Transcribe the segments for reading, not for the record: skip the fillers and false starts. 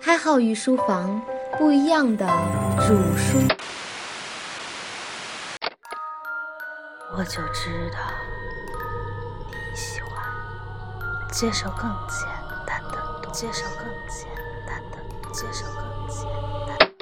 开号与书房不一样的煮书。 我就知道你喜欢接受更简单的，接受更简单的，接受更简单的。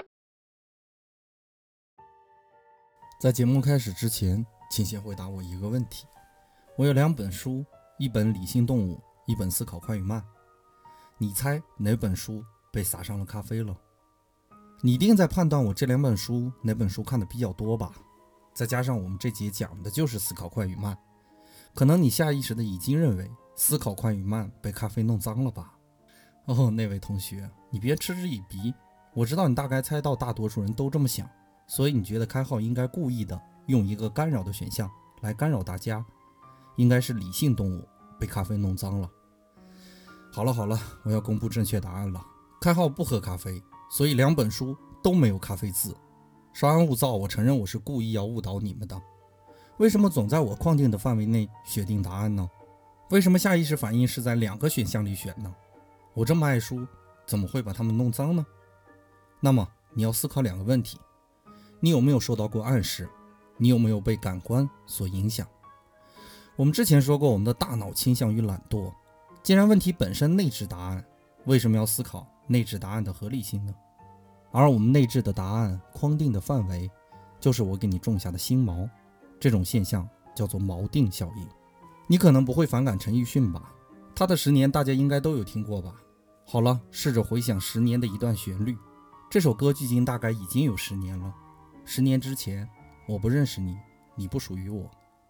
在节目开始之前，请先回答我一个问题。我有2本书，一本《理性动物》，一本《思考快与慢》。你猜哪本书被撒上了咖啡了？你一定在判断我这2本书哪本书看的比较多吧？再加上我们这节讲的就是思考快与慢，可能你下意识的已经认为思考快与慢被咖啡弄脏了吧？哦，那位同学，你别嗤之以鼻，我知道你大概猜到大多数人都这么想，所以你觉得开号应该故意的用一个干扰的选项来干扰大家，应该是理性动物被咖啡弄脏了。好了，我要公布正确答案了。开号不喝咖啡，所以2本书都没有咖啡字。稍安勿躁，我承认我是故意要误导你们的。为什么总在我框定的范围内选定答案呢？为什么下意识反应是在2个选项里选呢？我这么爱书，怎么会把它们弄脏呢？那么你要思考2个问题：你有没有受到过暗示？你有没有被感官所影响？我们之前说过，我们的大脑倾向于懒惰。既然问题本身内置答案，为什么要思考内置答案的合理性呢？而我们内置的答案框定的范围，就是我给你种下的新锚。这种现象叫做锚定效应。你可能不会反感陈奕迅吧？他的《10年》大家应该都有听过吧？好了，试着回想《10年》的一段旋律。这首歌距今大概已经有10年了。10年之前，我不认识你，你不属于我。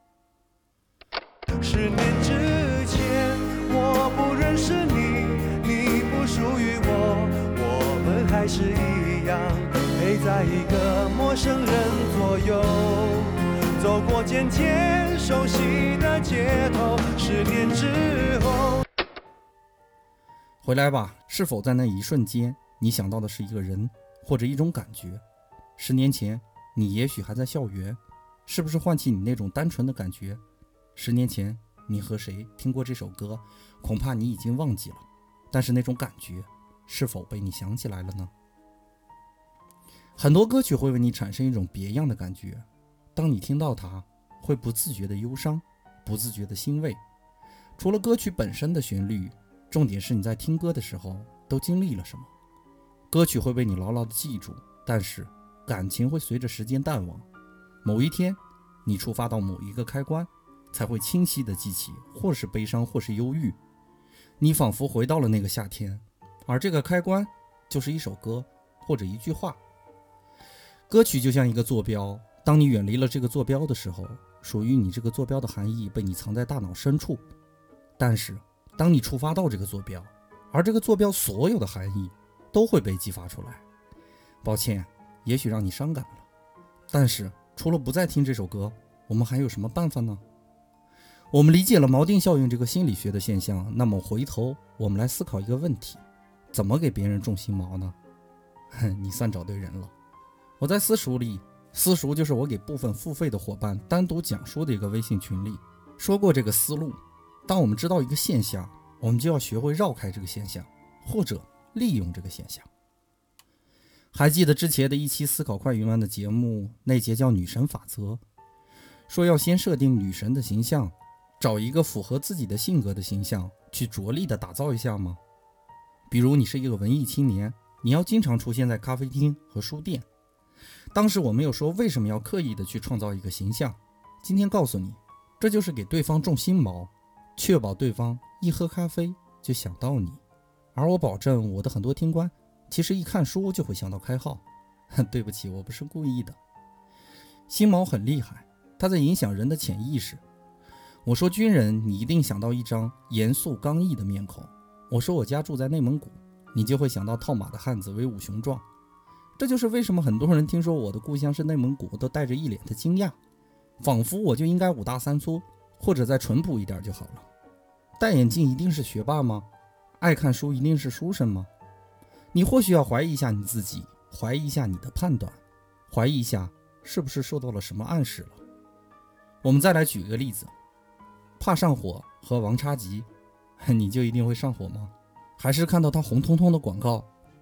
10年之前，我不认识你，你不属于我，我们还是一样陪在一个陌生人左右，走过渐渐熟悉的街头。10年之后， 回来吧，是否在那一瞬间，你想到的是一个人或者一种感觉？10年前，你也许还在校园，是不是唤起你那种单纯的感觉？10年前，你和谁听过这首歌，恐怕你已经忘记了，但是那种感觉是否被你想起来了呢？很多歌曲会为你产生一种别样的感觉，当你听到它，会不自觉的忧伤，不自觉的欣慰。除了歌曲本身的旋律，重点是你在听歌的时候都经历了什么。歌曲会被你牢牢的记住，但是感情会随着时间淡忘。某一天，你触发到某一个开关，才会清晰地记起，或是悲伤，或是忧郁。你仿佛回到了那个夏天，而这个开关就是一首歌或者一句话。歌曲就像一个坐标，当你远离了这个坐标的时候，属于你这个坐标的含义被你藏在大脑深处。但是当你触发到这个坐标，而这个坐标所有的含义都会被激发出来。抱歉，也许让你伤感了，但是除了不再听这首歌，我们还有什么办法呢？我们理解了锚定效应这个心理学的现象，那么回头我们来思考一个问题：怎么给别人种新锚呢？你算找对人了。我在私塾里，私塾就是我给部分付费的伙伴单独讲书的一个微信群里说过这个思路。当我们知道一个现象，我们就要学会绕开这个现象，或者利用这个现象。还记得之前的一期思考快与慢的节目，那节叫女神法则，说要先设定女神的形象，找一个符合自己的性格的形象，去着力的打造一下吗？比如你是一个文艺青年，你要经常出现在咖啡厅和书店。当时我没有说为什么要刻意的去创造一个形象，今天告诉你，这就是给对方种新锚，确保对方一喝咖啡就想到你。而我保证，我的很多听官其实一看书就会想到开号。对不起，我不是故意的。新锚很厉害，它在影响人的潜意识。我说军人，你一定想到一张严肃刚毅的面孔。我说我家住在内蒙古，你就会想到套马的汉子威武雄壮。这就是为什么很多人听说我的故乡是内蒙古都带着一脸的惊讶，仿佛我就应该5大3粗，或者再淳朴一点就好了。戴眼镜一定是学霸吗？爱看书一定是书生吗？你或许要怀疑一下你自己，怀疑一下你的判断，怀疑一下是不是受到了什么暗示了。我们再来举一个例子，怕上火喝王叉吉，你就一定会上火吗？还是看到它红彤彤的广告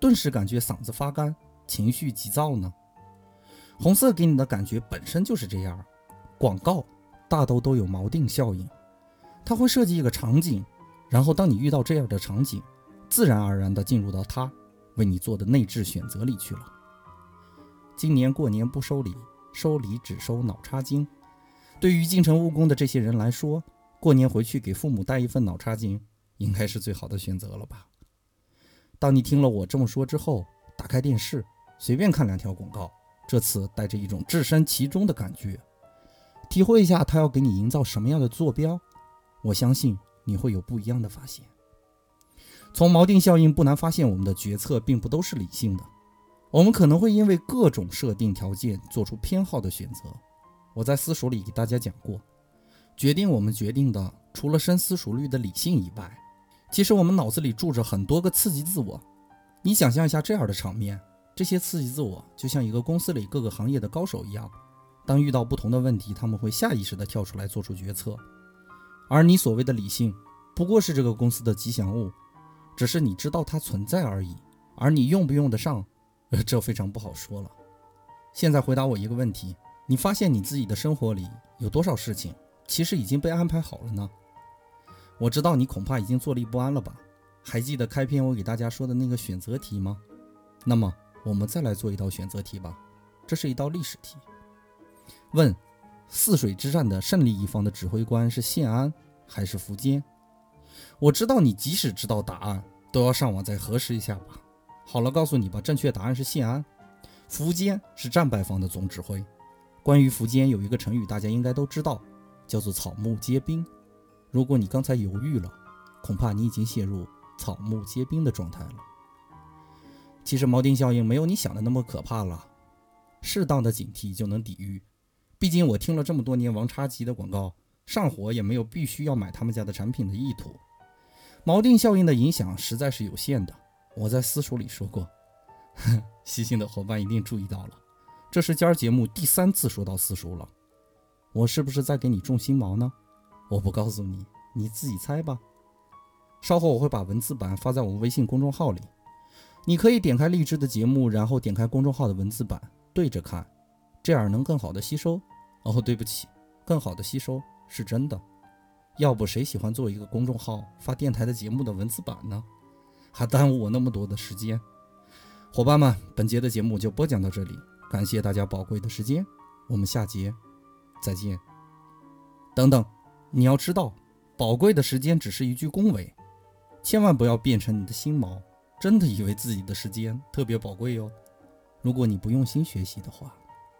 顿时感觉嗓子发干，情绪急躁呢？红色给你的感觉本身就是这样。广告大都有锚定效应，它会设计一个场景，然后当你遇到这样的场景，自然而然地进入到它为你做的内置选择里去了。今年过年不收礼，收礼只收脑插筋。对于进城务工的这些人来说，过年回去给父母带一份脑插筋应该是最好的选择了吧。当你听了我这么说之后，打开电视随便看2条广告，这次带着一种置身其中的感觉，体会一下他要给你营造什么样的坐标，我相信你会有不一样的发现。从锚定效应不难发现，我们的决策并不都是理性的，我们可能会因为各种设定条件做出偏好的选择。我在私塾里给大家讲过，我们决定的除了深思熟虑的理性以外，其实我们脑子里住着很多个刺激自我。你想象一下这样的场面，这些刺激自我就像一个公司里各个行业的高手一样，当遇到不同的问题，他们会下意识地跳出来做出决策。而你所谓的理性不过是这个公司的吉祥物，只是你知道它存在而已，而你用不用得上，这非常不好说了。现在回答我一个问题，你发现你自己的生活里有多少事情其实已经被安排好了呢？我知道你恐怕已经坐立不安了吧？还记得开篇我给大家说的那个选择题吗？那么我们再来做一道选择题吧，这是一道历史题。问：泗水之战的胜利一方的指挥官是谢安还是苻坚？我知道你即使知道答案都要上网再核实一下吧。好了，告诉你吧，正确答案是谢安，苻坚是战败方的总指挥。关于苻坚有一个成语大家应该都知道，叫做草木皆兵。如果你刚才犹豫了，恐怕你已经陷入草木皆兵的状态了。其实锚定效应没有你想的那么可怕了，适当的警惕就能抵御。毕竟我听了这么多年王插旗的广告，上火也没有必须要买他们家的产品的意图。锚定效应的影响实在是有限的，我在私塾里说过，细心的伙伴一定注意到了，这是今儿节目第3次说到私塾了。我是不是在给你种心锚呢？我不告诉你，你自己猜吧。稍后我会把文字版发在我们微信公众号里，你可以点开励志的节目，然后点开公众号的文字版对着看，这样能更好的吸收。对不起，更好的吸收是真的，要不谁喜欢做一个公众号发电台的节目的文字版呢？还耽误我那么多的时间。伙伴们，本节的节目就播讲到这里，感谢大家宝贵的时间，我们下节再见。等等，你要知道，宝贵的时间只是一句恭维，千万不要变成你的心锚，真的以为自己的时间特别宝贵哟。如果你不用心学习的话。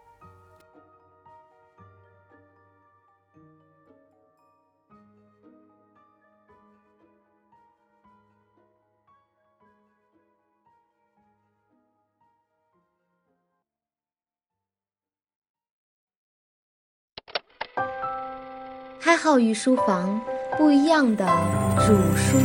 开号与书房，不一样的主书。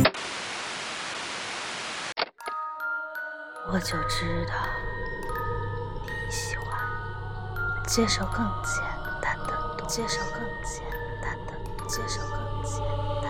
我就知道你喜欢接受更简单的，接受更简单的，接受更简单的。